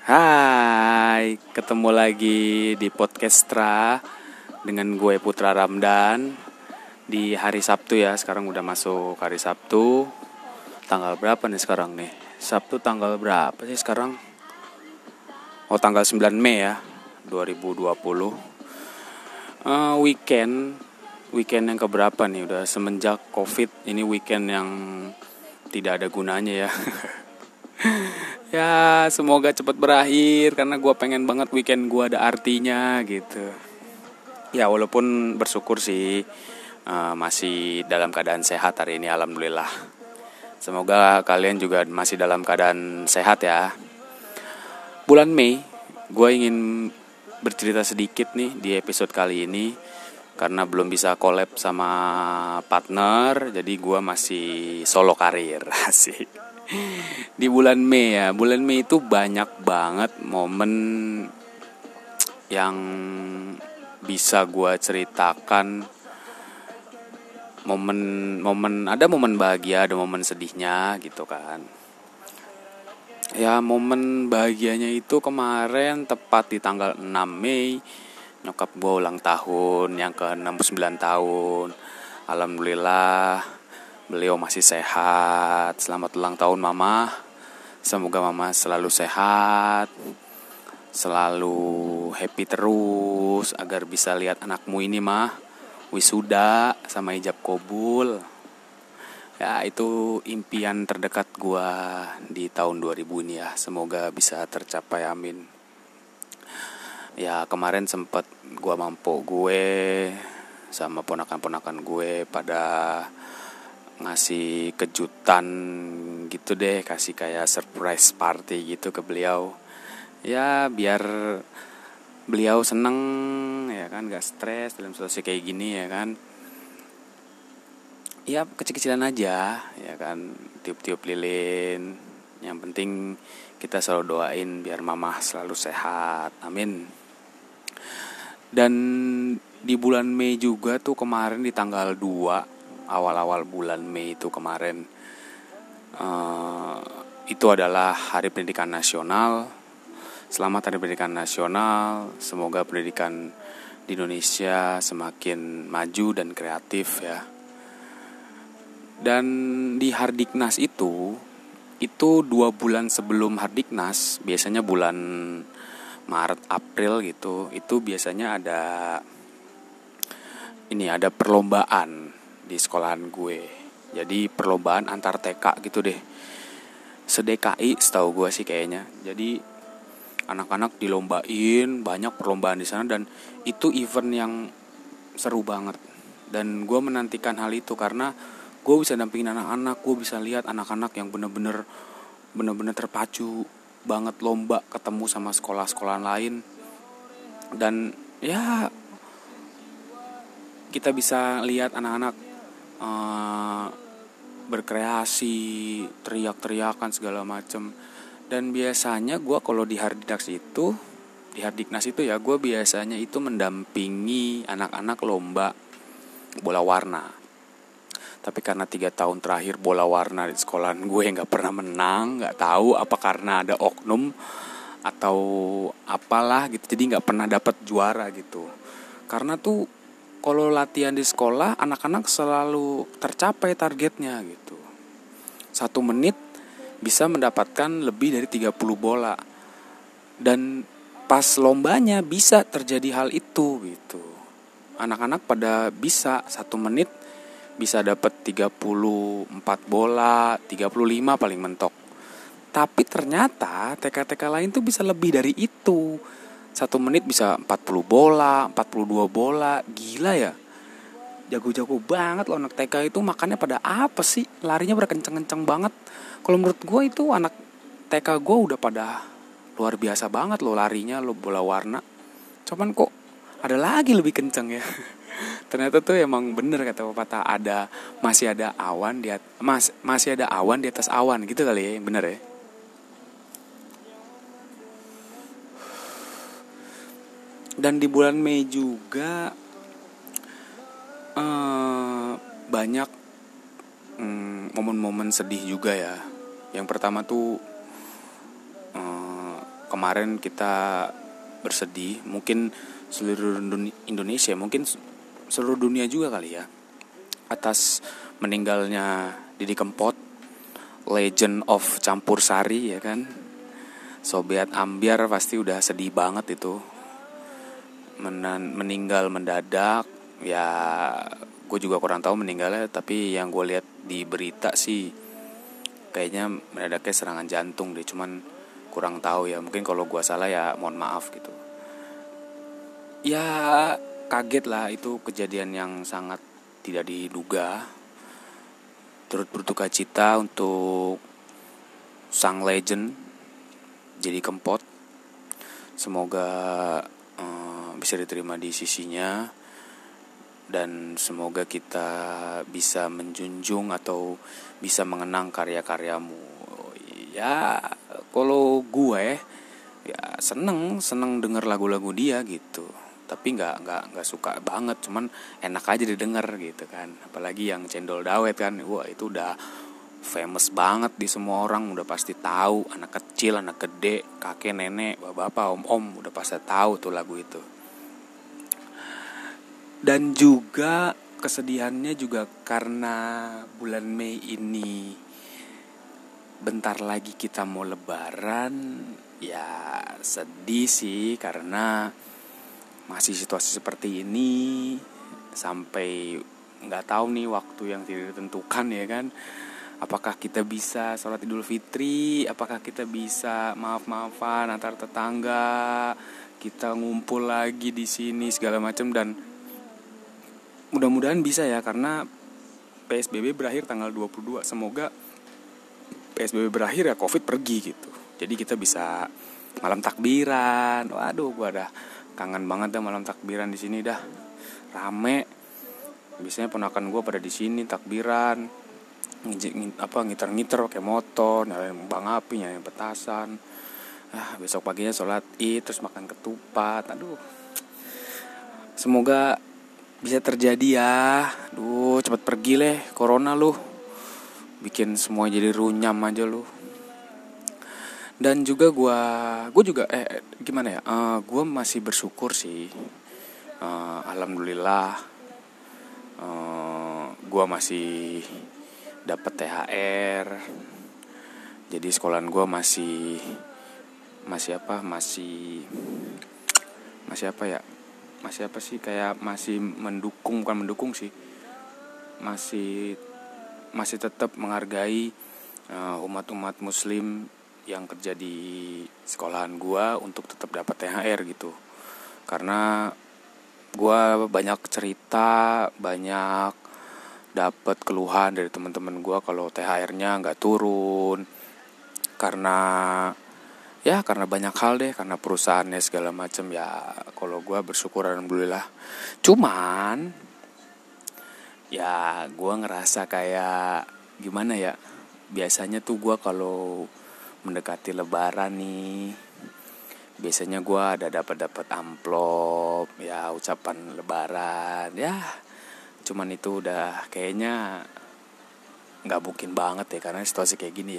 Hai, ketemu lagi di Podcastra dengan gue Putra Ramdan di hari Sabtu ya. Sekarang udah masuk hari Sabtu. Tanggal berapa nih sekarang nih? Sabtu tanggal berapa sih sekarang? Oh, tanggal 9 Mei ya, 2020. Weekend yang keberapa nih? Udah semenjak Covid, ini weekend yang tidak ada gunanya ya. Ya semoga cepat berakhir karena gue pengen banget weekend gue ada artinya gitu. Ya walaupun bersyukur sih masih dalam keadaan sehat hari ini, alhamdulillah. Semoga kalian juga masih dalam keadaan sehat ya. Bulan Mei gue ingin bercerita sedikit nih di episode kali ini. Karena belum bisa collab sama partner, jadi gue masih solo karir. Asik. Di bulan Mei ya, bulan Mei itu banyak banget momen yang bisa gue ceritakan. Ada momen bahagia, ada momen sedihnya gitu kan. Ya momen bahagianya itu kemarin tepat di tanggal 6 Mei nyokap gue ulang tahun yang ke-69 tahun. Alhamdulillah beliau masih sehat. Selamat ulang tahun mama. Semoga mama selalu sehat, selalu happy terus, agar bisa lihat anakmu ini mah wisuda sama ijab kabul. Ya itu impian terdekat gue di tahun 2000 ini ya. Semoga bisa tercapai, amin. Ya kemarin sempet gue sama ponakan-ponakan gue pada ngasih kejutan gitu deh, kasih kayak surprise party gitu ke beliau. Ya biar beliau seneng ya kan, gak stres dalam situasi kayak gini ya kan. Ya kecil-kecilan aja ya kan, tiup-tiup lilin. Yang penting kita selalu doain biar mamah selalu sehat, amin. Dan di bulan Mei juga tuh kemarin di tanggal 2, awal-awal bulan Mei itu kemarin, itu adalah Hari Pendidikan Nasional. Selamat Hari Pendidikan Nasional. Semoga pendidikan di Indonesia semakin maju dan kreatif ya. Dan di Hardiknas itu 2 bulan sebelum Hardiknas, biasanya bulan Maret April gitu, itu biasanya ada perlombaan di sekolahan gue. Jadi perlombaan antar TK gitu deh. Se-DKI setahu gue sih kayaknya. Jadi anak-anak dilombain, banyak perlombaan di sana, dan itu event yang seru banget. Dan gue menantikan hal itu karena gue bisa dampingin anak-anak, gue bisa lihat anak-anak yang bener-bener terpacu banget lomba, ketemu sama sekolah-sekolah lain. Dan ya kita bisa lihat anak-anak berkreasi, teriak-teriakan segala macem. Dan biasanya gue kalau di Hardiknas itu ya, gue biasanya itu mendampingi anak-anak lomba bola warna. Tapi karena 3 tahun terakhir bola warna di sekolahan gue gak pernah menang, gak tahu apa karena ada oknum atau apalah gitu, jadi gak pernah dapat juara gitu. Karena tuh kalau latihan di sekolah, anak-anak selalu tercapai targetnya gitu. 1 menit bisa mendapatkan lebih dari 30 bola. Dan pas lombanya bisa terjadi hal itu gitu. Anak-anak pada bisa 1 menit bisa dapat 34 bola, 35 paling mentok. Tapi ternyata TK-TK lain tuh bisa lebih dari itu. 1 menit bisa 40 bola, 42 bola. Gila ya. Jago-jago banget loh anak TK itu. Makannya pada apa sih? Larinya berkenceng-kenceng banget. Kalau menurut gue itu anak TK gue udah pada luar biasa banget loh larinya, loh bola warna. Cuman kok ada lagi lebih kenceng ya. Ternyata tuh emang bener kata pepatah, masih ada awan di atas awan gitu kali ya, yang bener ya. Dan di bulan Mei juga banyak momen-momen sedih juga ya. Yang pertama tuh kemarin kita bersedih, mungkin seluruh Indonesia, mungkin seluruh dunia juga kali ya, atas meninggalnya Didi Kempot, legend of campur sari ya kan. Sobat Ambyar pasti udah sedih banget itu, meninggal mendadak. Ya gue juga kurang tahu meninggalnya, tapi yang gue lihat di berita sih kayaknya mendadaknya serangan jantung deh, cuman kurang tahu ya, mungkin kalau gue salah ya mohon maaf gitu. Ya kaget lah, itu kejadian yang sangat tidak diduga. Turut berduka cita untuk sang legend Didi Kempot. Semoga bisa diterima di sisinya, dan semoga kita bisa menjunjung atau bisa mengenang karya-karyamu. Ya kalau gue ya seneng denger lagu-lagu dia gitu, tapi nggak suka banget, cuman enak aja didengar gitu kan. Apalagi yang Cendol Dawet kan, wah itu udah famous banget di semua orang, udah pasti tahu, anak kecil, anak gede, kakek, nenek, bapak, om udah pasti tahu tuh lagu itu. Dan juga kesedihannya juga karena bulan Mei ini bentar lagi kita mau lebaran. Ya sedih sih, karena masih situasi seperti ini, sampai nggak tahu nih waktu yang tidak ditentukan ya kan. Apakah kita bisa sholat Idul Fitri, apakah kita bisa maaf-maafan antar tetangga, kita ngumpul lagi di sini segala macam. Dan mudah-mudahan bisa ya, karena PSBB berakhir tanggal 22. Semoga PSBB berakhir ya Covid pergi gitu. Jadi kita bisa malam takbiran. Waduh, gua dah kangen banget dah malam takbiran di sini dah. Rame. Biasanya ponakan gua pada di sini takbiran. Ngiter-ngiter pakai motor, nyalain bang api, nyalain petasan. Besok paginya sholat Id, terus makan ketupat. Aduh. Semoga bisa terjadi ya. Duh, cepet pergi leh corona lu. Bikin semua jadi runyam aja lu. Dan juga gue juga gimana ya? Gue masih bersyukur sih. Alhamdulillah. Gue masih dapat THR. Jadi sekolahan gue masih mendukung, bukan mendukung sih, masih tetap menghargai umat-umat muslim yang kerja di sekolahan gua untuk tetap dapat THR gitu. Karena gua banyak cerita, banyak dapat keluhan dari teman-teman gua kalau THR-nya nggak turun, karena banyak hal deh, karena perusahaannya segala macam ya. Kalau gua bersyukur alhamdulillah. Cuman ya gue ngerasa kayak gimana ya, biasanya tuh gue kalau mendekati lebaran nih, biasanya gue ada dapat amplop ya, ucapan lebaran ya. Cuman itu udah kayaknya nggak mungkin banget ya, karena situasi kayak gini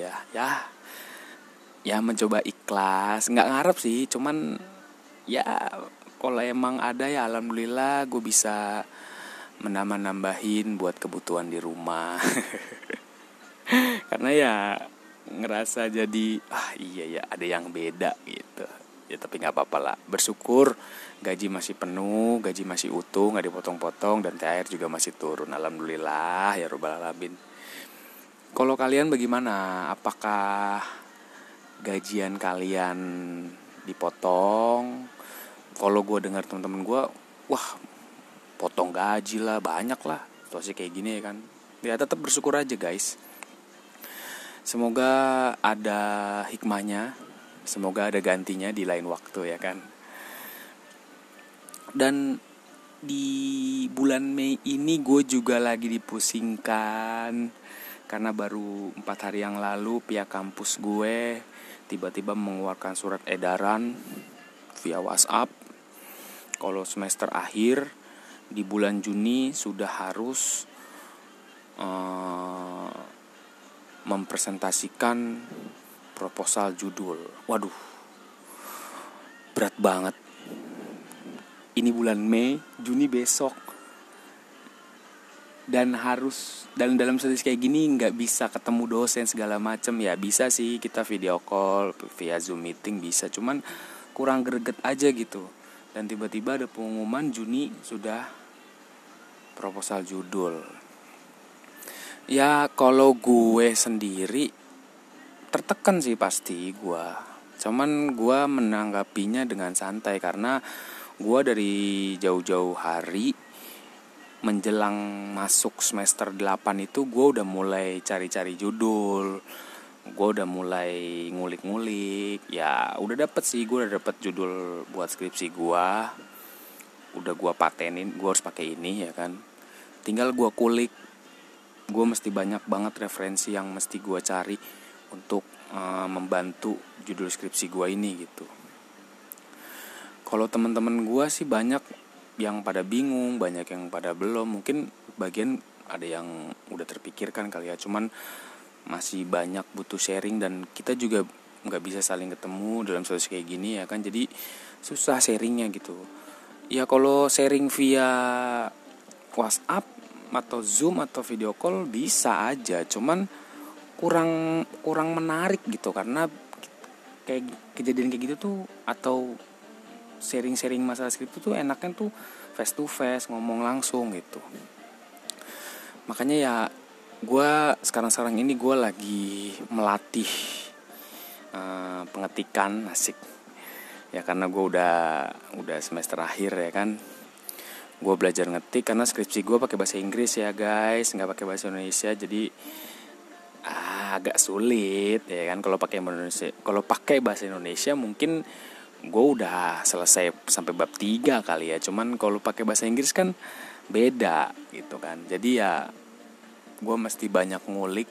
ya mencoba ikhlas, nggak ngarep sih, cuman ya kalau emang ada ya alhamdulillah gue bisa menambah-nambahin buat kebutuhan di rumah. Karena ya ngerasa jadi iya ya ada yang beda gitu. Ya tapi nggak apa-apa lah, bersyukur gaji masih penuh, gaji masih utuh, nggak dipotong-potong, dan THR juga masih turun. Alhamdulillah ya robbal alamin. Kalau kalian bagaimana? Apakah gajian kalian dipotong? Kalau gue dengar teman-teman gue, wah potong gaji lah, banyak lah, situasi kayak gini ya kan. Ya tetap bersyukur aja guys. Semoga ada hikmahnya, semoga ada gantinya di lain waktu ya kan. Dan di bulan Mei ini gue juga lagi dipusingkan, karena baru 4 hari yang lalu pihak kampus gue tiba-tiba mengeluarkan surat edaran via WhatsApp kalau semester akhir di bulan Juni sudah harus mempresentasikan proposal judul. Waduh, berat banget. Ini bulan Mei, Juni besok. Dan dalam situasi kayak gini nggak bisa ketemu dosen segala macem. Ya bisa sih kita video call via Zoom meeting bisa, cuman kurang greget aja gitu. Dan tiba-tiba ada pengumuman Juni sudah proposal judul. Ya kalau gue sendiri tertekan sih pasti gue. Cuman gue menanggapinya dengan santai karena gue dari jauh-jauh hari menjelang masuk semester 8 itu gue udah mulai cari-cari judul. Gue udah mulai ngulik-ngulik. Ya udah dapet sih, gue udah dapet judul buat skripsi gue. Udah gue patenin, gue harus pakai ini ya kan. Tinggal gue kulik. Gue mesti banyak banget referensi yang mesti gue cari untuk membantu judul skripsi gue ini gitu. Kalau teman-teman gue sih banyak yang pada bingung, banyak yang pada belum. Mungkin bagian ada yang udah terpikirkan kali ya, cuman masih banyak butuh sharing. Dan kita juga gak bisa saling ketemu dalam situasi kayak gini ya kan. Jadi susah sharingnya gitu. Ya kalau sharing via WhatsApp atau Zoom atau video call bisa aja, cuman kurang menarik gitu. Karena kayak kejadian kayak gitu tuh, atau sharing-sharing masalah skrip tuh enaknya tuh face to face, ngomong langsung gitu. Makanya ya gue sekarang ini gue lagi melatih pengetikan, asik ya, karena gue udah semester akhir ya kan. Gue belajar ngetik karena skripsi gue pakai bahasa Inggris ya guys, nggak pakai bahasa Indonesia. Jadi agak sulit ya kan. Kalau pakai bahasa Indonesia mungkin gue udah selesai sampai bab 3 kali ya. Cuman kalau pakai bahasa Inggris kan beda gitu kan. Jadi ya gue mesti banyak ngulik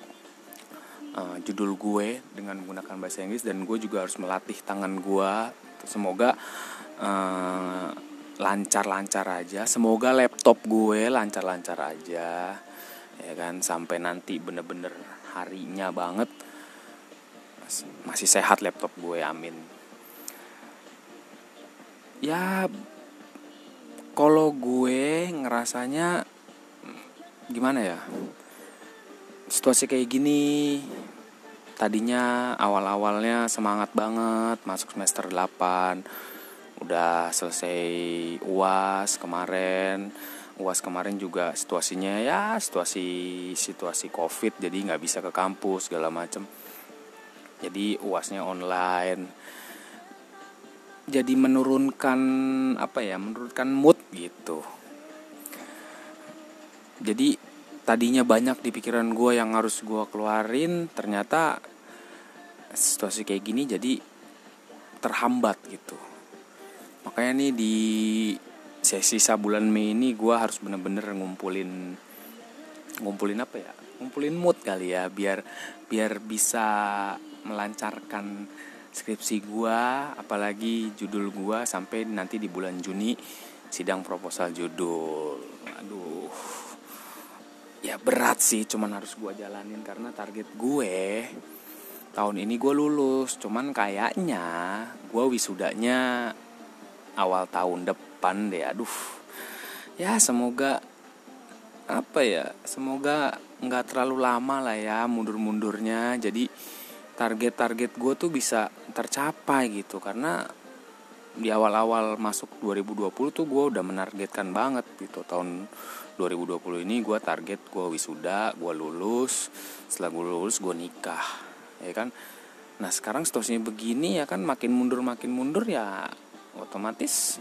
judul gue dengan menggunakan bahasa Inggris. Dan gue juga harus melatih tangan gue. Semoga lancar-lancar aja. Semoga laptop gue lancar-lancar aja ya kan. Sampai nanti bener-bener harinya banget masih sehat laptop gue, amin. Ya kalau gue ngerasanya gimana ya, situasi kayak gini tadinya awal-awalnya semangat banget masuk semester 8. Udah selesai UAS kemarin juga situasinya ya situasi COVID, jadi nggak bisa ke kampus segala macem. Jadi UASnya online. Jadi menurunkan mood gitu. Jadi tadinya banyak di pikiran gue yang harus gue keluarin, ternyata situasi kayak gini jadi terhambat gitu. Makanya nih di sisa bulan Mei ini gue harus bener-bener ngumpulin mood kali ya, biar bisa melancarkan skripsi gua, apalagi judul gua sampai nanti di bulan Juni sidang proposal judul. Aduh, ya berat sih, cuman harus gua jalanin karena target gue tahun ini gua lulus. Cuman kayaknya gua wisudanya awal tahun depan deh. Aduh, ya semoga nggak terlalu lama lah ya mundur-mundurnya. Jadi target gue tuh bisa tercapai gitu. Karena di awal-awal masuk 2020 tuh gue udah menargetkan banget gitu. Tahun 2020 ini gue target gue wisuda, gue lulus. Setelah gue lulus gue nikah ya kan. Nah sekarang situasinya begini ya kan, makin mundur ya otomatis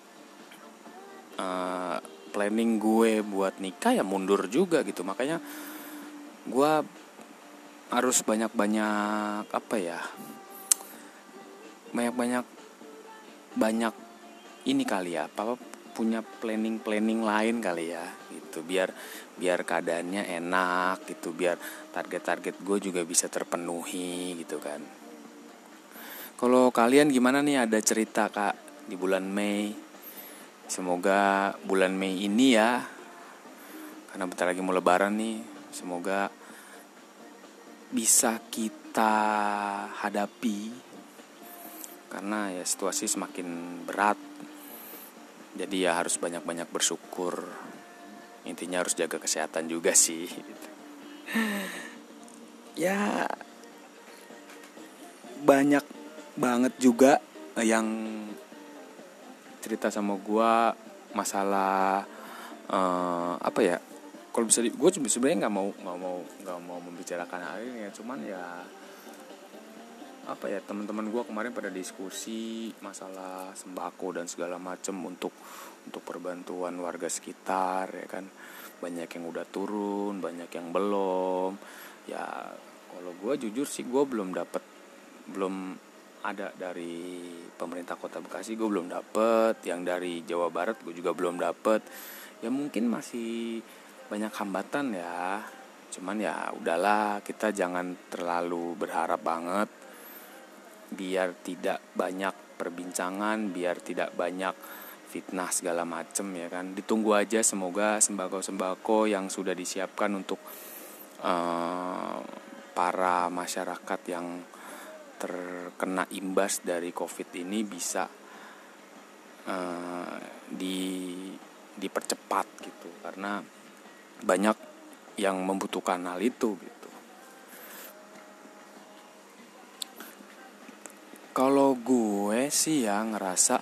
planning gue buat nikah ya mundur juga gitu. Makanya gue harus banyak ini kali ya, punya planning lain kali ya gitu, biar keadaannya enak gitu, biar target gue juga bisa terpenuhi gitu kan. Kalau kalian gimana nih, ada cerita kak di bulan Mei? Semoga bulan Mei ini ya, karena bentar lagi mau lebaran nih, semoga bisa kita hadapi karena ya situasi semakin berat. Jadi ya harus banyak-banyak bersyukur. Intinya harus jaga kesehatan juga sih. Ya banyak banget juga yang cerita sama gue masalah apa ya? Kalau bisa gue sebenarnya nggak mau membicarakan hal ini ya, cuman ya apa ya, teman-teman gue kemarin pada diskusi masalah sembako dan segala macam untuk perbantuan warga sekitar ya kan. Banyak yang udah turun, banyak yang belum. Ya kalau gue jujur sih gue belum ada dari pemerintah Kota Bekasi, gue belum dapet. Yang dari Jawa Barat gue juga belum dapet. Ya mungkin masih banyak hambatan ya. Cuman ya udahlah, kita jangan terlalu berharap banget. Biar tidak banyak perbincangan, biar tidak banyak fitnah segala macem ya kan. Ditunggu aja, semoga sembako-sembako yang sudah disiapkan untuk para masyarakat yang terkena imbas dari COVID ini bisa dipercepat gitu, karena banyak yang membutuhkan hal itu gitu. Kalau gue sih ya ngerasa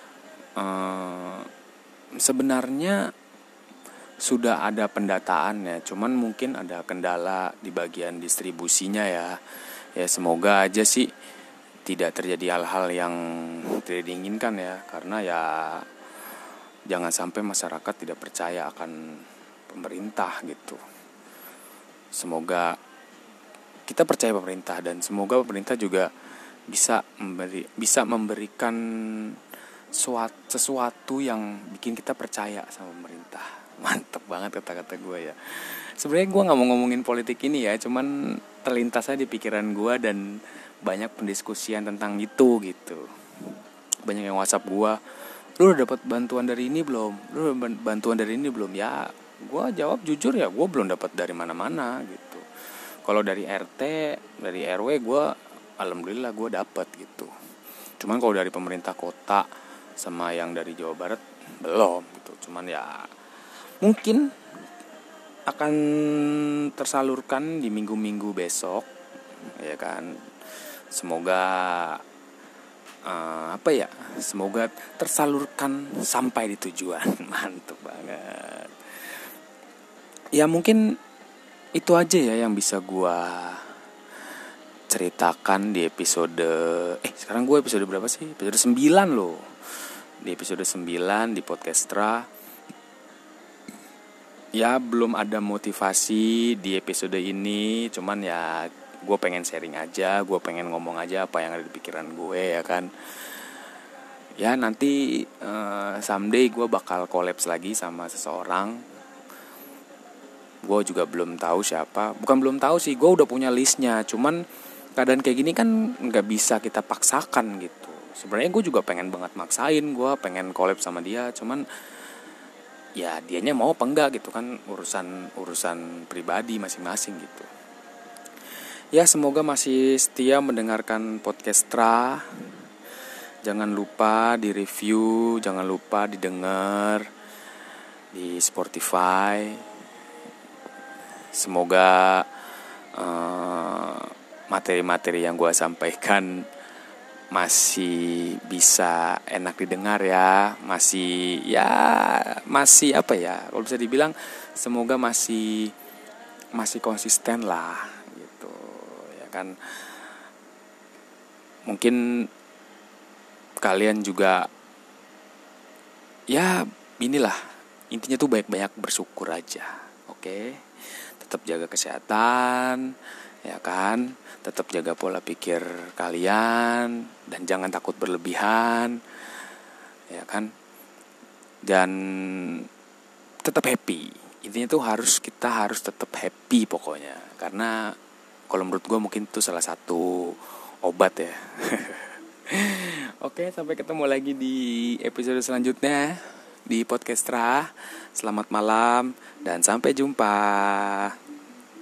sebenarnya sudah ada pendataan ya, cuman mungkin ada kendala di bagian distribusinya ya. Ya semoga aja sih tidak terjadi hal-hal yang tidak diinginkan ya, karena ya jangan sampai masyarakat tidak percaya akan pemerintah gitu. Semoga kita percaya pemerintah, dan semoga pemerintah juga bisa memberikan sesuatu yang bikin kita percaya sama pemerintah. Mantep banget kata-kata gue ya. Sebenarnya gue nggak mau ngomongin politik ini ya, cuman terlintas aja di pikiran gue dan banyak pendiskusian tentang itu gitu. Banyak yang WhatsApp gue, lu udah dapat bantuan dari ini belum? Lu udah bantuan dari ini belum? Ya, gue jawab jujur ya, gue belum dapat dari mana-mana gitu. Kalau dari RT, dari RW gue alhamdulillah gue dapet gitu. Cuman kalau dari pemerintah kota sama yang dari Jawa Barat belum gitu. Cuman ya mungkin akan tersalurkan di minggu-minggu besok ya kan. Semoga semoga tersalurkan sampai di tujuan. Mantap banget. Ya mungkin itu aja ya yang bisa gue ceritakan di episode sekarang gue episode berapa sih? Episode 9 loh. Di episode 9 di Podcastra. Ya belum ada motivasi di episode ini, cuman ya gue pengen sharing aja, gue pengen ngomong aja apa yang ada di pikiran gue ya kan. Ya nanti someday gue bakal collabs lagi sama seseorang. Gue juga belum tahu siapa. Bukan belum tahu sih, gue udah punya listnya. Cuman keadaan kayak gini kan nggak bisa kita paksakan gitu. Sebenarnya gue juga pengen banget maksain, gue pengen collab sama dia. Cuman ya dianya mau apa enggak gitu kan, urusan pribadi masing-masing gitu. Ya semoga masih setia mendengarkan Podcastra. Jangan lupa di review, jangan lupa didengar di Spotify. Semoga materi-materi yang gue sampaikan masih bisa enak didengar ya, masih apa ya, kalau bisa dibilang semoga masih konsisten lah gitu ya kan. Mungkin kalian juga ya inilah intinya tuh banyak bersyukur aja, oke? Tetap jaga kesehatan ya kan, tetap jaga pola pikir kalian dan jangan takut berlebihan ya kan, dan tetap happy. Intinya tuh kita harus tetap happy pokoknya, karena kalau menurut gue mungkin itu salah satu obat ya. Oke, sampai ketemu lagi di episode selanjutnya di Podcastra. Selamat malam dan sampai jumpa.